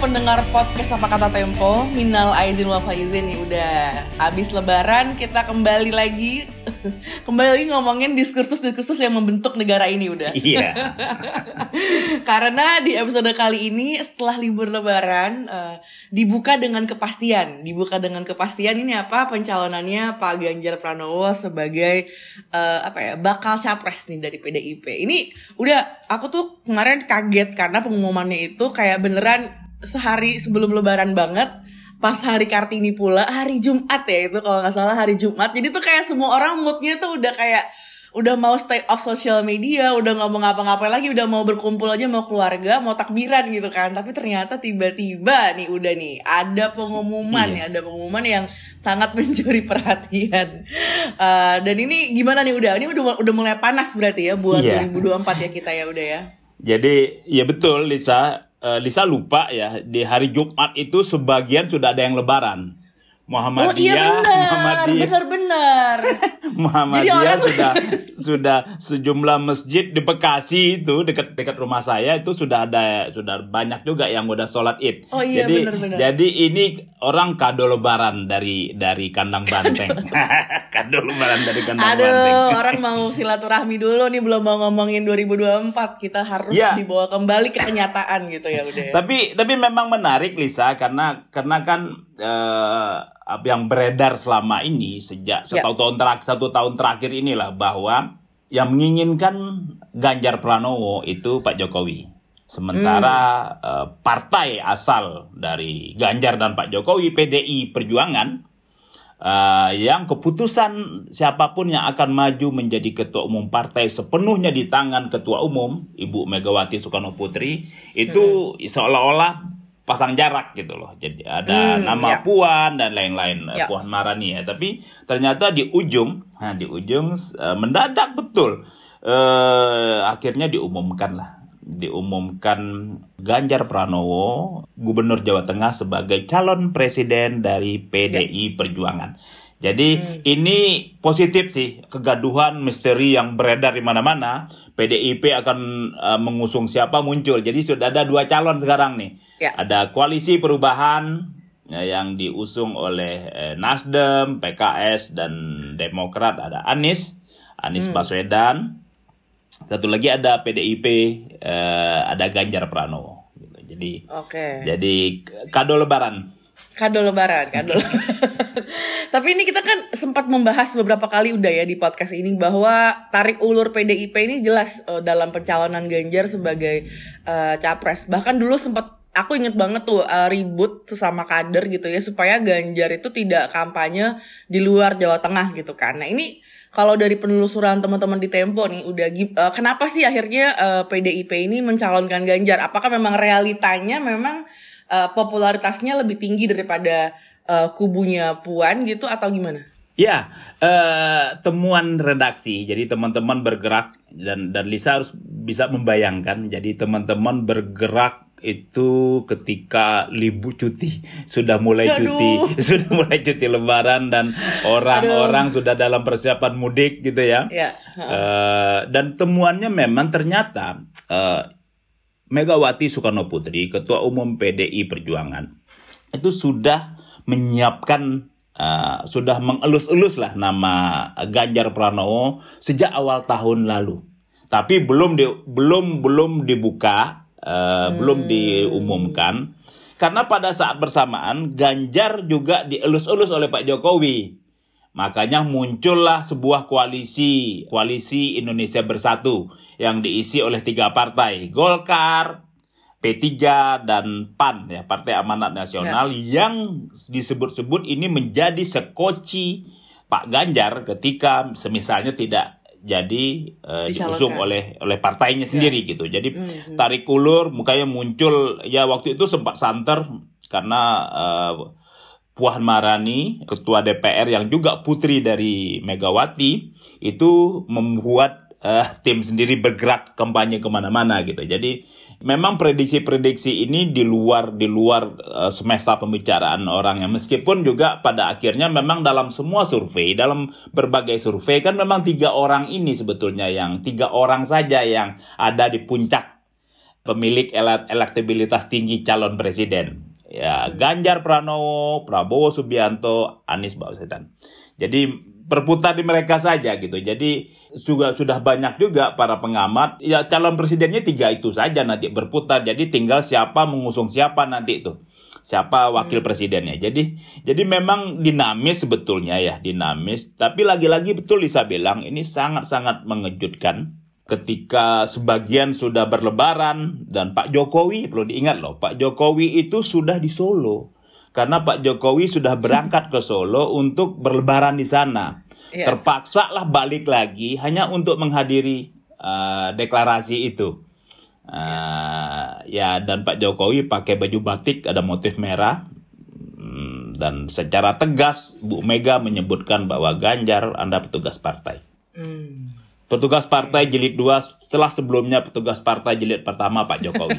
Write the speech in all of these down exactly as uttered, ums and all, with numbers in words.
pendengar podcast Apa Kata Tempo, minal aidin wal faizin nih, udah abis lebaran kita kembali lagi kembali lagi ngomongin diskursus-diskursus yang membentuk negara ini udah. Iya. Karena di episode kali ini setelah libur lebaran uh, dibuka dengan kepastian, dibuka dengan kepastian ini apa pencalonannya Pak Ganjar Pranowo sebagai uh, apa ya bakal capres nih dari P D I P. Ini udah aku tuh kemarin kaget karena pengumumannya itu kayak beneran sehari sebelum lebaran banget, pas hari Kartini pula, hari Jumat ya itu kalau nggak salah hari Jumat. Jadi tuh kayak semua orang moodnya tuh udah kayak udah mau stay off social media, udah nggak mau ngapa-ngapain lagi, udah mau berkumpul aja, mau keluarga, mau takbiran gitu kan. Tapi ternyata tiba-tiba nih udah nih ada pengumuman iya. ya, ada pengumuman yang sangat mencuri perhatian. Uh, dan ini gimana nih udah? Ini udah udah mulai panas berarti ya buat Iya. dua ribu dua puluh empat ya kita ya udah ya. Jadi ya betul Lisa, uh, Lisa lupa ya di hari Jumat itu sebagian sudah ada yang lebaran. Muhammadiyah, oh iya benar, Muhammadiyah, benar-benar. Muhammadiyah orang... sudah sudah sejumlah masjid di Bekasi itu dekat dekat rumah saya itu sudah ada sudah banyak juga yang udah sholat Id. Oh iya jadi benar-benar. jadi ini orang kado lebaran dari dari kandang banteng. Kado lebaran dari kandang Aduh, banteng. Aduh, orang mau silaturahmi dulu nih, belum mau ngomongin dua ribu dua puluh empat. Kita harus ya. dibawa kembali ke kenyataan gitu ya udah. Ya. Tapi tapi memang menarik Lisa karena karena kan uh, yang beredar selama ini sejak satu ya. tahun terakhir satu tahun terakhir inilah bahwa yang menginginkan Ganjar Pranowo itu Pak Jokowi. Sementara hmm. uh, partai asal dari Ganjar dan Pak Jokowi, P D I Perjuangan, uh, yang keputusan siapapun yang akan maju menjadi ketua umum partai sepenuhnya di tangan ketua umum Ibu Megawati Soekarno Putri itu hmm. seolah-olah pasang jarak gitu loh. Jadi ada hmm, nama ya. Puan dan lain-lain, ya. Puan Maharani ya. Tapi ternyata di ujung, nah di ujung uh, mendadak betul. Uh, akhirnya diumumkan lah, diumumkan Ganjar Pranowo, Gubernur Jawa Tengah sebagai calon presiden dari P D I ya. Perjuangan. Jadi hmm. ini positif sih, kegaduhan misteri yang beredar di mana-mana. P D I P akan uh, mengusung siapa muncul. Jadi sudah ada dua calon sekarang nih. Ya. Ada koalisi perubahan ya, yang diusung oleh eh, Nasdem, P K S dan Demokrat. Ada Anies, Anies hmm. Baswedan. Satu lagi ada P D I P, eh, ada Ganjar Pranowo. Jadi, okay. jadi kado Lebaran. Kado Lebaran, kado. Tapi ini kita kan sempat membahas beberapa kali udah ya di podcast ini bahwa tarik ulur P D I P ini jelas uh, dalam pencalonan Ganjar sebagai uh, capres. Bahkan dulu sempat aku inget banget tuh uh, ribut tuh sama kader gitu ya supaya Ganjar itu tidak kampanye di luar Jawa Tengah gitu kan. Nah ini kalau dari penelusuran teman-teman di Tempo nih udah uh, kenapa sih akhirnya uh, P D I P ini mencalonkan Ganjar? Apakah memang realitanya memang uh, popularitasnya lebih tinggi daripada Uh, kubunya Puan gitu atau gimana? Ya, uh, temuan redaksi. Jadi teman-teman bergerak dan dan Lisa harus bisa membayangkan. Jadi teman-teman bergerak itu ketika libur cuti sudah mulai Aduh. cuti, sudah mulai cuti Lebaran dan orang-orang Aduh. sudah dalam persiapan mudik gitu ya. ya. Uh, dan temuannya memang ternyata uh, Megawati Soekarno Putri, Ketua Umum P D I Perjuangan, itu sudah menyiapkan, uh, sudah mengelus-elus lah nama Ganjar Pranowo sejak awal tahun lalu. Tapi belum di, belum belum dibuka, uh, hmm. belum diumumkan. Karena pada saat bersamaan Ganjar juga dielus-elus oleh Pak Jokowi. Makanya muncullah sebuah koalisi, koalisi Indonesia Bersatu yang diisi oleh tiga partai, Golkar, P tiga dan P A N ya, Partai Amanat Nasional ya. Yang disebut-sebut ini menjadi sekoci Pak Ganjar ketika semisalnya tidak jadi uh, diusung oleh oleh partainya sendiri ya. Gitu. Jadi mm-hmm. tarik ulur, mukanya muncul ya waktu itu sempat santer karena uh, Puan Maharani, ketua D P R yang juga putri dari Megawati, itu membuat uh, tim sendiri bergerak kampanye kemana-mana gitu. Jadi memang prediksi-prediksi ini di luar di luar uh, semesta pembicaraan orang yang meskipun juga pada akhirnya memang dalam semua survei, dalam berbagai survei kan memang tiga orang ini sebetulnya yang tiga orang saja yang ada di puncak pemilik elek- elektabilitas tinggi calon presiden. Ya, Ganjar Pranowo, Prabowo Subianto, Anies Baswedan. Jadi berputar di mereka saja gitu. Jadi juga sudah banyak juga para pengamat. Ya calon presidennya tiga itu saja nanti berputar. Jadi tinggal siapa mengusung siapa nanti itu. Siapa wakil hmm. presidennya. Jadi jadi memang dinamis sebetulnya ya, dinamis. Tapi lagi-lagi betul Lisa bilang ini sangat-sangat mengejutkan ketika sebagian sudah berlebaran dan Pak Jokowi, perlu diingat loh, Pak Jokowi itu sudah di Solo. Karena Pak Jokowi sudah berangkat ke Solo untuk berlebaran di sana. Yeah. Terpaksa lah balik lagi hanya untuk menghadiri uh, deklarasi itu. Uh, ya dan Pak Jokowi pakai baju batik ada motif merah. Dan secara tegas Bu Mega menyebutkan bahwa Ganjar Anda petugas partai. Hmm. Petugas partai jilid dua setelah sebelumnya petugas partai jilid pertama Pak Jokowi.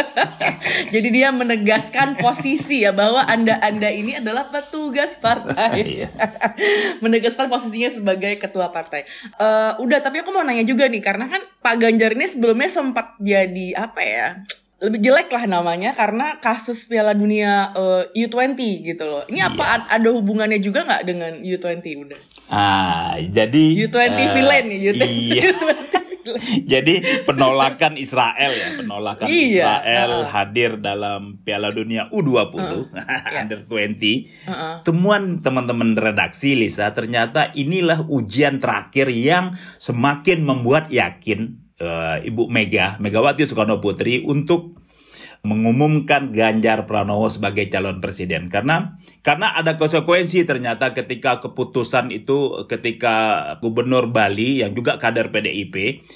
Jadi dia menegaskan posisi ya bahwa Anda-Anda ini adalah petugas partai. Menegaskan posisinya sebagai ketua partai. Uh, udah tapi aku mau nanya juga nih karena kan Pak Ganjar ini sebelumnya sempat jadi apa ya? Lebih jelek lah namanya karena kasus Piala Dunia uh, U dua puluh gitu loh. Ini apa iya. ada hubungannya juga nggak dengan U dua puluh udah? Ah, jadi U dua puluh uh, villain nih U dua puluh. Iya. U dua puluh jadi penolakan Israel ya, penolakan iya. Israel uh-uh. hadir dalam Piala Dunia U dua puluh uh, yeah. under dua puluh. Uh-uh. Temuan teman-teman redaksi Lisa, ternyata inilah ujian terakhir yang semakin membuat yakin Uh, Ibu Mega, Megawati Soekarnoputri untuk mengumumkan Ganjar Pranowo sebagai calon presiden karena karena ada konsekuensi ternyata ketika keputusan itu ketika Gubernur Bali yang juga kader P D I P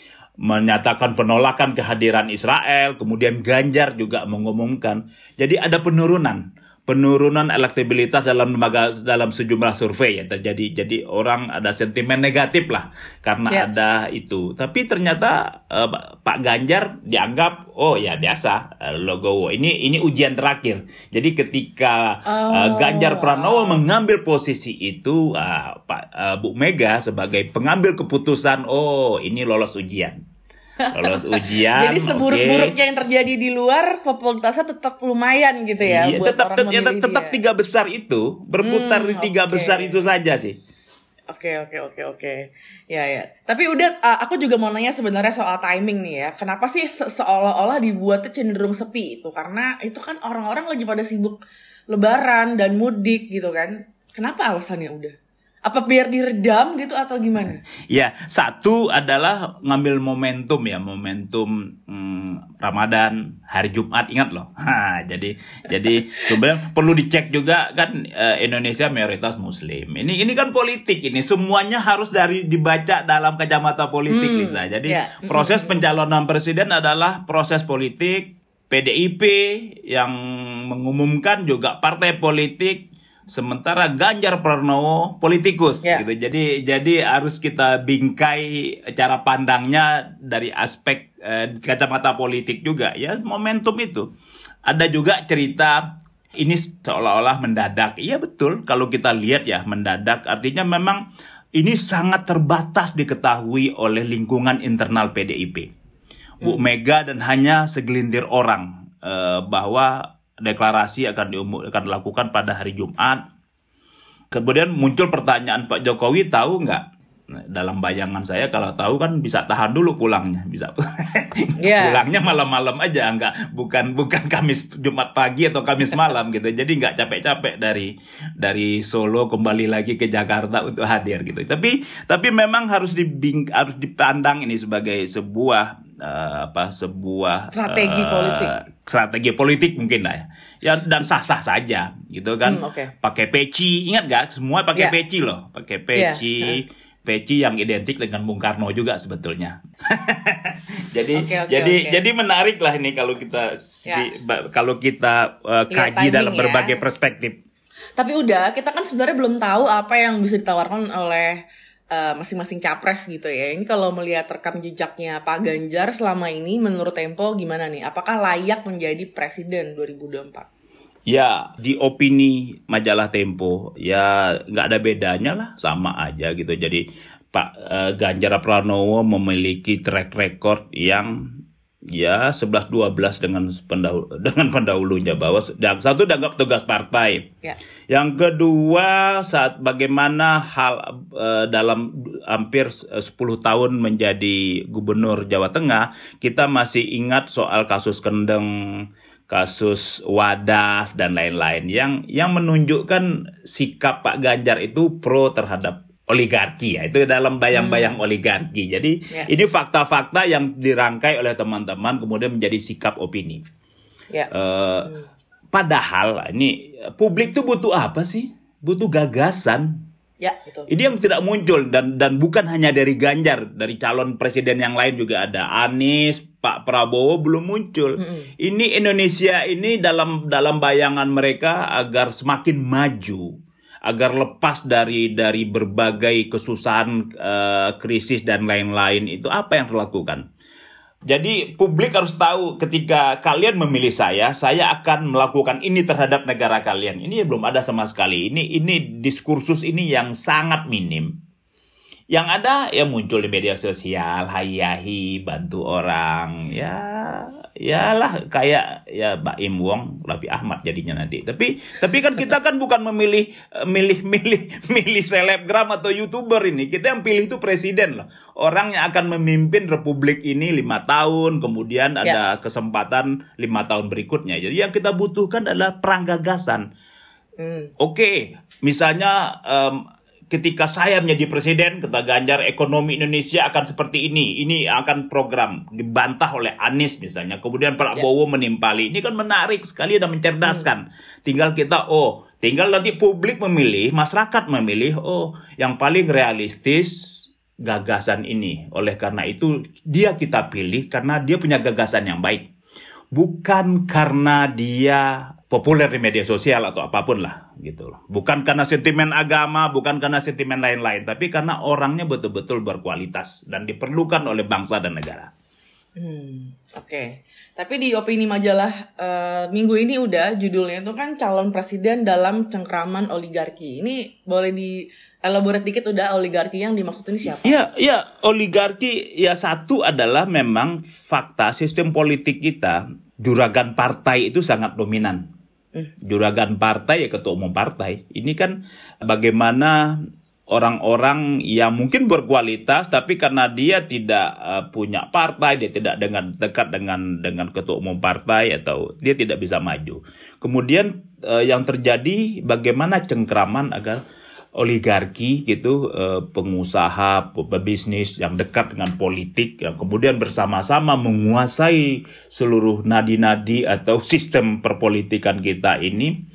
menyatakan penolakan kehadiran Israel, kemudian Ganjar juga mengumumkan. Jadi ada penurunan penurunan elektabilitas dalam lembaga dalam sejumlah survei ya terjadi. Jadi orang ada sentimen negatif lah karena yeah. ada itu. Tapi ternyata uh, Pak Ganjar dianggap oh ya biasa uh, logo ini ini ujian terakhir. Jadi ketika oh. uh, Ganjar Pranowo mengambil posisi itu uh, Pak uh, Bu Mega sebagai pengambil keputusan oh ini lolos ujian. Lolos ujian. Jadi seburuk-buruknya okay. yang terjadi di luar popularitasnya tetap lumayan gitu ya iya, buat tetap, orang ya, memilih tetap dia. tiga besar itu berputar hmm, di tiga okay. besar itu saja sih. Oke okay, oke okay, oke okay, oke. Ya ya. Tapi udah uh, aku juga mau nanya sebenarnya soal timing nih ya. Kenapa sih se- seolah-olah dibuatnya cenderung sepi itu? Karena itu kan orang-orang lagi pada sibuk lebaran dan mudik gitu kan. Kenapa alasannya udah? Apa biar diredam gitu atau gimana? Ya, satu adalah ngambil momentum ya, momentum hmm, Ramadan, hari Jumat, ingat loh. Ha, jadi jadi sebenarnya perlu dicek juga kan eh, Indonesia mayoritas Muslim. Ini ini kan politik ini semuanya harus dari dibaca dalam kacamata politik hmm, Lisa. Jadi yeah. proses pencalonan presiden adalah proses politik. P D I P yang mengumumkan juga partai politik. Sementara Ganjar Pranowo politikus yeah. gitu. Jadi jadi harus kita bingkai cara pandangnya dari aspek eh, kacamata politik juga ya momentum itu. Ada juga cerita ini seolah-olah mendadak. Iya betul kalau kita lihat ya mendadak artinya memang ini sangat terbatas diketahui oleh lingkungan internal P D I P. Bu Mega dan hanya segelintir orang eh, bahwa deklarasi akan diumum, akan dilakukan pada hari Jumat. Kemudian muncul pertanyaan Pak Jokowi tahu nggak? Dalam bayangan saya kalau tahu kan bisa tahan dulu pulangnya, bisa yeah. pulangnya malam-malam aja, nggak bukan bukan Kamis Jumat pagi atau Kamis malam gitu. Jadi nggak capek-capek dari dari Solo kembali lagi ke Jakarta untuk hadir gitu. Tapi tapi memang harus dibing, harus dipandang ini sebagai sebuah Uh, apa sebuah strategi uh, politik strategi politik mungkin lah ya, ya dan sah-sah saja gitu kan hmm, okay. pakai peci ingat gak semua pakai yeah. peci loh pakai peci yeah. peci yang identik dengan Bung Karno juga sebetulnya. jadi okay, okay, jadi okay. jadi menarik lah ini kalau kita yeah. si, ba, kalau kita uh, kaji dalam berbagai ya. perspektif. Tapi udah kita kan sebenarnya belum tahu apa yang bisa ditawarkan oleh Uh, masing-masing capres gitu ya. Ini kalau melihat rekam jejaknya Pak Ganjar selama ini menurut Tempo gimana nih? Apakah layak menjadi presiden dua ribu dua puluh empat? Ya, di opini majalah Tempo ya nggak ada bedanya lah, sama aja gitu. Jadi Pak uh, Ganjar Pranowo memiliki track record yang ya sebelas dua belas dengan pendahulu, dengan pendahulunya, bahwa yang satu dianggap tugas partai. Ya. Yang kedua, saat bagaimana hal uh, dalam hampir sepuluh tahun menjadi gubernur Jawa Tengah, kita masih ingat soal kasus Kendeng, kasus Wadas dan lain-lain yang yang menunjukkan sikap Pak Ganjar itu pro terhadap oligarki, ya, itu dalam bayang-bayang hmm. oligarki. Jadi yeah. ini fakta-fakta yang dirangkai oleh teman-teman kemudian menjadi sikap opini. Yeah. Uh, hmm. Padahal ini publik tuh butuh apa sih? Butuh gagasan. Ya, betul. Ini yang tidak muncul dan dan bukan hanya dari Ganjar, dari calon presiden yang lain juga ada. Anies, Pak Prabowo belum muncul. Mm-hmm. Ini Indonesia ini dalam dalam bayangan mereka agar semakin maju, agar lepas dari dari berbagai kesusahan, uh, krisis dan lain-lain, itu apa yang dilakukan. Jadi publik harus tahu ketika kalian memilih saya, saya akan melakukan ini terhadap negara kalian. Ini belum ada sama sekali. Ini ini diskursus ini yang sangat minim. Yang ada ya muncul di media sosial, hayahi, bantu orang, ya, yalah kayak ya Baim Wong, Raffi Ahmad jadinya nanti. Tapi tapi kan kita kan bukan memilih milih milih milih selebgram atau youtuber ini. Kita yang pilih itu presiden lah, orang yang akan memimpin republik ini lima tahun, kemudian ada ya. kesempatan lima tahun berikutnya. Jadi yang kita butuhkan adalah perang gagasan. Hmm. Oke, okay, misalnya. Um, Ketika saya menjadi presiden, kata Ganjar, ekonomi Indonesia akan seperti ini. Ini akan program dibantah oleh Anies misalnya. Kemudian Prabowo ya. menimpali. Ini kan menarik sekali dan mencerdaskan. Hmm. Tinggal kita, oh, tinggal nanti publik memilih, masyarakat memilih, oh, yang paling realistis gagasan ini. Oleh karena itu, dia kita pilih karena dia punya gagasan yang baik. Bukan karena dia populer di media sosial atau apapun lah gitu loh. Bukan karena sentimen agama, bukan karena sentimen lain-lain, tapi karena orangnya betul-betul berkualitas dan diperlukan oleh bangsa dan negara. Hmm, oke. Okay. Tapi di opini majalah uh, minggu ini udah judulnya itu kan calon presiden dalam cengkraman oligarki. Ini boleh di elaborate dikit udah oligarki yang dimaksud ini siapa? Iya, iya, oligarki ya satu adalah memang fakta sistem politik kita, juragan partai itu sangat dominan. Juragan partai ya ketua umum partai. Ini kan bagaimana orang-orang yang mungkin berkualitas tapi karena dia tidak uh, punya partai, dia tidak dengan dekat dengan dengan ketua umum partai atau dia tidak bisa maju. Kemudian uh, yang terjadi bagaimana cengkraman agar oligarki gitu, eh, pengusaha, pebisnis yang dekat dengan politik yang kemudian bersama-sama menguasai seluruh nadi-nadi atau sistem perpolitikan kita ini,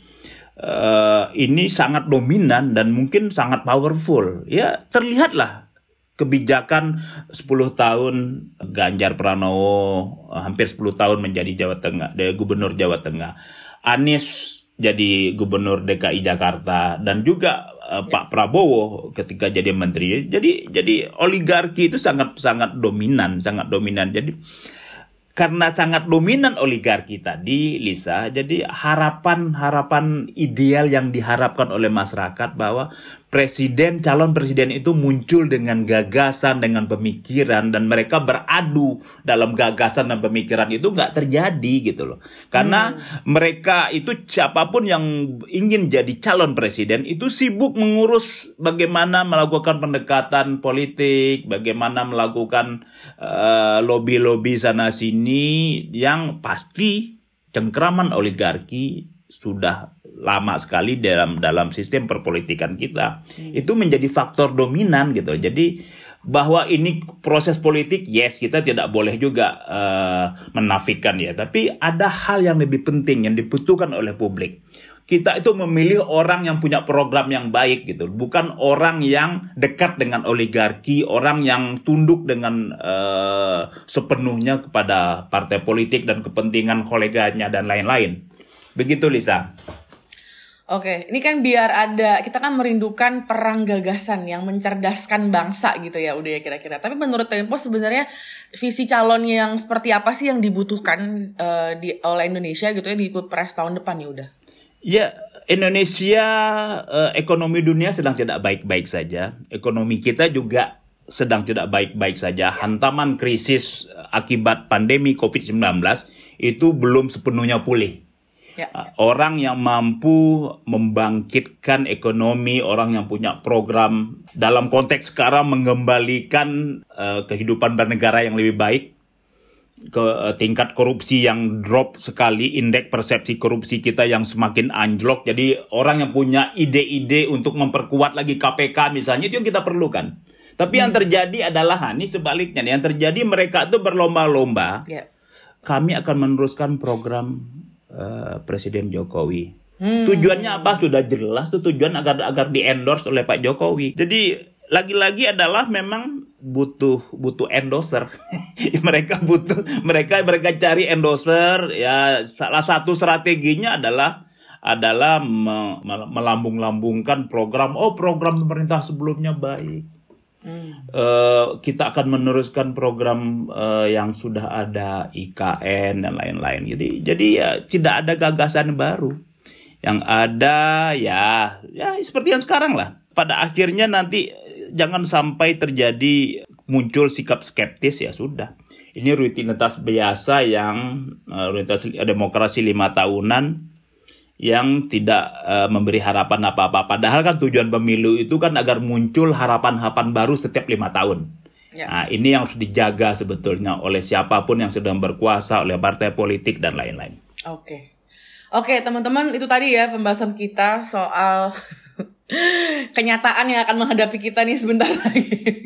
eh, ini sangat dominan dan mungkin sangat powerful. Ya terlihatlah kebijakan sepuluh tahun Ganjar Pranowo, hampir sepuluh tahun menjadi Jawa Tengah, gubernur Jawa Tengah. Anies jadi gubernur D K I Jakarta dan juga uh, ya. Pak Prabowo ketika jadi menteri. Jadi jadi oligarki itu sangat sangat dominan, sangat dominan. Jadi karena sangat dominan oligarki tadi, Lisa, jadi harapan-harapan ideal yang diharapkan oleh masyarakat bahwa presiden, calon presiden itu muncul dengan gagasan, dengan pemikiran, dan mereka beradu dalam gagasan dan pemikiran itu nggak terjadi gitu loh. Karena hmm. mereka itu siapapun yang ingin jadi calon presiden itu sibuk mengurus bagaimana melakukan pendekatan politik, bagaimana melakukan uh, lobby-lobby sana-sini, yang pasti cengkraman oligarki sudah lama sekali dalam dalam sistem perpolitikan kita. Hmm. Itu menjadi faktor dominan gitu. Jadi bahwa ini proses politik, yes, kita tidak boleh juga uh, menafikan ya. Tapi ada hal yang lebih penting yang dibutuhkan oleh publik. Kita itu memilih orang yang punya program yang baik gitu, bukan orang yang dekat dengan oligarki, orang yang tunduk dengan uh, sepenuhnya kepada partai politik dan kepentingan koleganya dan lain-lain. Begitu, Lisa. Oke, ini kan biar ada, kita kan merindukan perang gagasan yang mencerdaskan bangsa gitu ya, udah ya kira-kira. Tapi menurut Tempo sebenarnya visi calon yang seperti apa sih yang dibutuhkan uh, di, oleh Indonesia gitu ya di Pilpres tahun depan ya udah? Ya, Indonesia, eh, ekonomi dunia sedang tidak baik-baik saja. Ekonomi kita juga sedang tidak baik-baik saja. Hantaman krisis akibat pandemi covid sembilan belas itu belum sepenuhnya pulih. Ya. Orang yang mampu membangkitkan ekonomi, orang yang punya program dalam konteks sekarang mengembalikan uh, kehidupan bernegara yang lebih baik, ke uh, tingkat korupsi yang drop sekali, indeks persepsi korupsi kita yang semakin anjlok. Jadi orang yang punya ide-ide untuk memperkuat lagi K P K misalnya, itu yang kita perlukan. Tapi hmm. yang terjadi adalah ini sebaliknya. Yang terjadi mereka itu berlomba-lomba. Yeah. Kami akan meneruskan program uh, Presiden Jokowi. Hmm. Tujuannya apa? Sudah jelas tuh, tujuan agar agar di-endorse oleh Pak Jokowi. Jadi lagi-lagi adalah memang butuh butuh endorser. mereka butuh mereka mereka cari endorser. Ya, salah satu strateginya adalah adalah me, melambung-lambungkan program. Oh, program pemerintah sebelumnya baik. Hmm. Uh, kita akan meneruskan program uh, yang sudah ada, I K N dan lain-lain. Jadi jadi ya tidak ada gagasan baru. Yang ada ya ya seperti yang sekarang lah. Pada akhirnya nanti jangan sampai terjadi muncul sikap skeptis, ya sudah. Ini rutinitas biasa yang uh, rutinitas demokrasi lima tahunan yang tidak uh, memberi harapan apa-apa. Padahal kan tujuan pemilu itu kan agar muncul harapan-harapan baru setiap lima tahun. Ya. Nah, ini yang harus dijaga sebetulnya oleh siapapun yang sedang berkuasa, oleh partai politik dan lain-lain. Oke, oke teman-teman, itu tadi ya pembahasan kita soal kenyataan yang akan menghadapi kita nih sebentar lagi.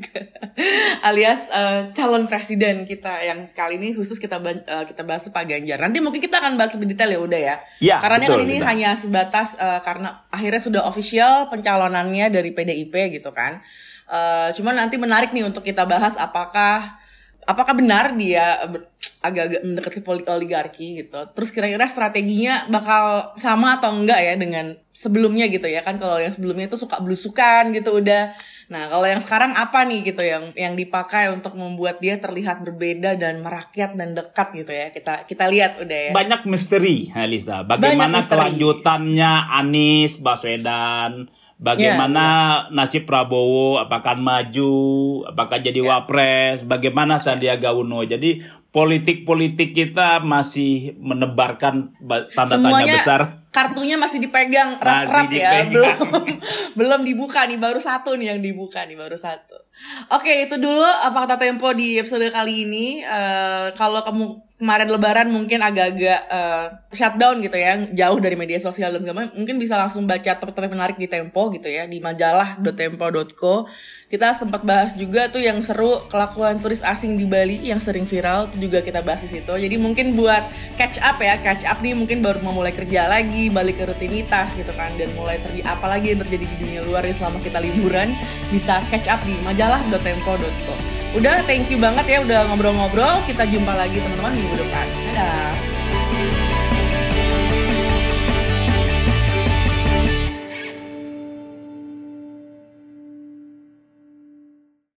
Alias uh, calon presiden kita yang kali ini khusus kita uh, kita bahas Pak Ganjar. Nanti mungkin kita akan bahas lebih detail ya udah ya. Ya, karena betul, kan ini bisa. hanya sebatas uh, karena akhirnya sudah official pencalonannya dari P D I P gitu kan. Uh, cuman nanti menarik nih untuk kita bahas apakah apakah benar dia agak-agak mendekati oligarki gitu. Terus kira-kira strateginya bakal sama atau enggak ya dengan sebelumnya gitu ya kan. Kalau yang sebelumnya itu suka belusukan gitu udah. Nah, kalau yang sekarang apa nih gitu yang yang dipakai untuk membuat dia terlihat berbeda dan merakyat dan dekat gitu ya. Kita kita lihat udah ya. Banyak misteri, Lisa. Bagaimana kelanjutannya Anies Baswedan? Bagaimana yeah, yeah. nasib Prabowo, apakah maju, apakah jadi yeah. wapres, bagaimana Sandiaga Uno. Jadi politik-politik kita masih menebarkan tanda semuanya, tanya besar. Kartunya masih dipegang erat-erat ya, belum belum dibuka nih, baru satu nih yang dibuka nih, baru satu. Oke, itu dulu apa kata Tempo di episode kali ini. Uh, kalau kamu kemarin Lebaran mungkin agak-agak uh, shutdown gitu ya, jauh dari media sosial dan segala macam, mungkin bisa langsung baca topik-topik menarik di Tempo gitu ya, di majalah dot tempo dot co. Kita sempat bahas juga tuh yang seru kelakuan turis asing di Bali yang sering viral, itu juga kita bahas di situ. Jadi mungkin buat catch up ya, catch up nih mungkin baru mau mulai kerja lagi, balik ke rutinitas gitu kan, dan mulai terjadi apalagi yang terjadi di dunia luar ya selama kita liburan, bisa catch up di majalah dot tempo dot co. Udah, thank you banget ya udah ngobrol-ngobrol. Kita jumpa lagi teman-teman minggu depan. Dadah.